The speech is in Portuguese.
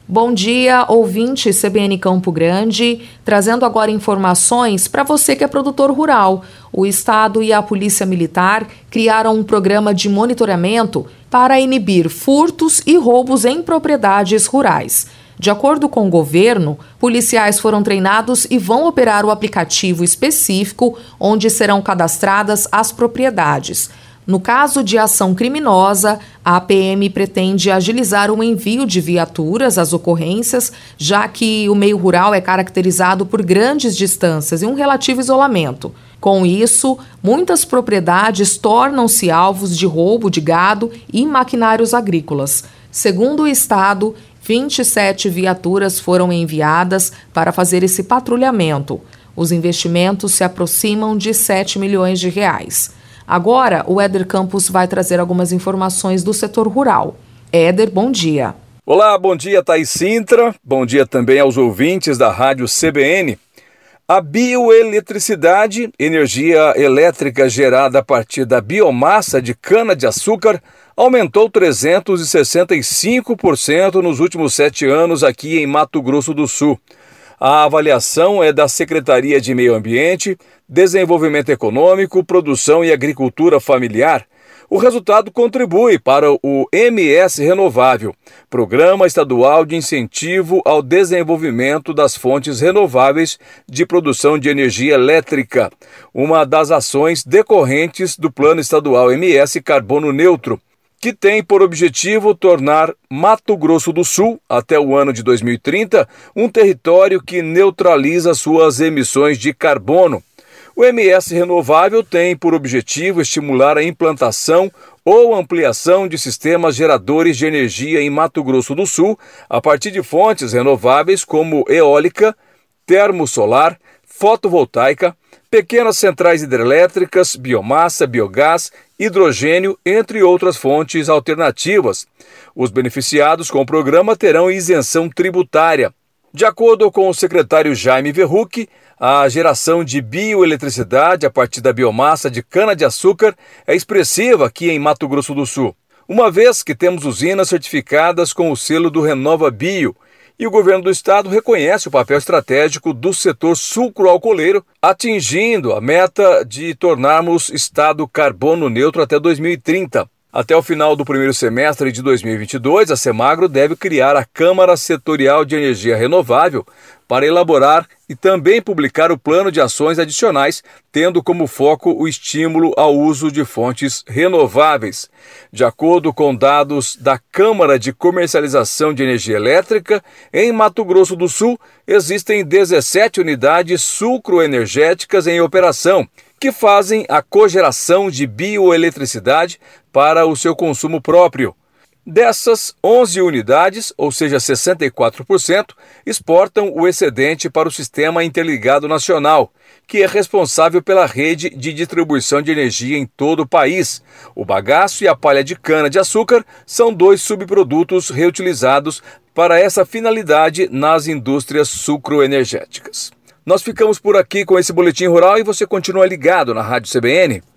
Bom dia, ouvinte CBN Campo Grande, trazendo agora informações para você que é produtor rural. O Estado e a Polícia Militar criaram um programa de monitoramento para inibir furtos e roubos em propriedades rurais. De acordo com o governo, policiais foram treinados e vão operar o aplicativo específico onde serão cadastradas as propriedades. No caso de ação criminosa, a PM pretende agilizar o envio de viaturas às ocorrências, já que o meio rural é caracterizado por grandes distâncias e um relativo isolamento. Com isso, muitas propriedades tornam-se alvos de roubo de gado e maquinários agrícolas. Segundo o Estado, 27 viaturas foram enviadas para fazer esse patrulhamento. Os investimentos se aproximam de 7 milhões de reais. Agora, o Éder Campos vai trazer algumas informações do setor rural. Éder, bom dia. Olá, bom dia, Thaís Sintra. Bom dia também aos ouvintes da Rádio CBN. A bioeletricidade, energia elétrica gerada a partir da biomassa de cana-de-açúcar, aumentou 365% nos últimos 7 anos aqui em Mato Grosso do Sul. A avaliação é da Secretaria de Meio Ambiente, Desenvolvimento Econômico, Produção e Agricultura Familiar. O resultado contribui para o MS Renovável, Programa Estadual de Incentivo ao Desenvolvimento das Fontes Renováveis de Produção de Energia Elétrica, uma das ações decorrentes do Plano Estadual MS Carbono Neutro, que tem por objetivo tornar Mato Grosso do Sul, até o ano de 2030, um território que neutraliza suas emissões de carbono. O MS Renovável tem por objetivo estimular a implantação ou ampliação de sistemas geradores de energia em Mato Grosso do Sul, a partir de fontes renováveis como eólica, termosolar, fotovoltaica, pequenas centrais hidrelétricas, biomassa, biogás, hidrogênio, entre outras fontes alternativas. Os beneficiados com o programa terão isenção tributária. De acordo com o secretário Jaime Verruc, a geração de bioeletricidade a partir da biomassa de cana-de-açúcar é expressiva aqui em Mato Grosso do Sul, uma vez que temos usinas certificadas com o selo do Renova Bio, e o governo do estado reconhece o papel estratégico do setor sucroalcooleiro, atingindo a meta de tornarmos estado carbono neutro até 2030. Até o final do primeiro semestre de 2022, a Semagro deve criar a Câmara Setorial de Energia Renovável para elaborar e também publicar o plano de ações adicionais, tendo como foco o estímulo ao uso de fontes renováveis. De acordo com dados da Câmara de Comercialização de Energia Elétrica, em Mato Grosso do Sul, existem 17 unidades sucroenergéticas em operação, que fazem a cogeração de bioeletricidade para o seu consumo próprio. Dessas, 11 unidades, ou seja, 64%, exportam o excedente para o Sistema Interligado Nacional, que é responsável pela rede de distribuição de energia em todo o país. O bagaço e a palha de cana-de-açúcar são 2 subprodutos reutilizados para essa finalidade nas indústrias sucroenergéticas. Nós ficamos por aqui com esse Boletim Rural e você continua ligado na Rádio CBN.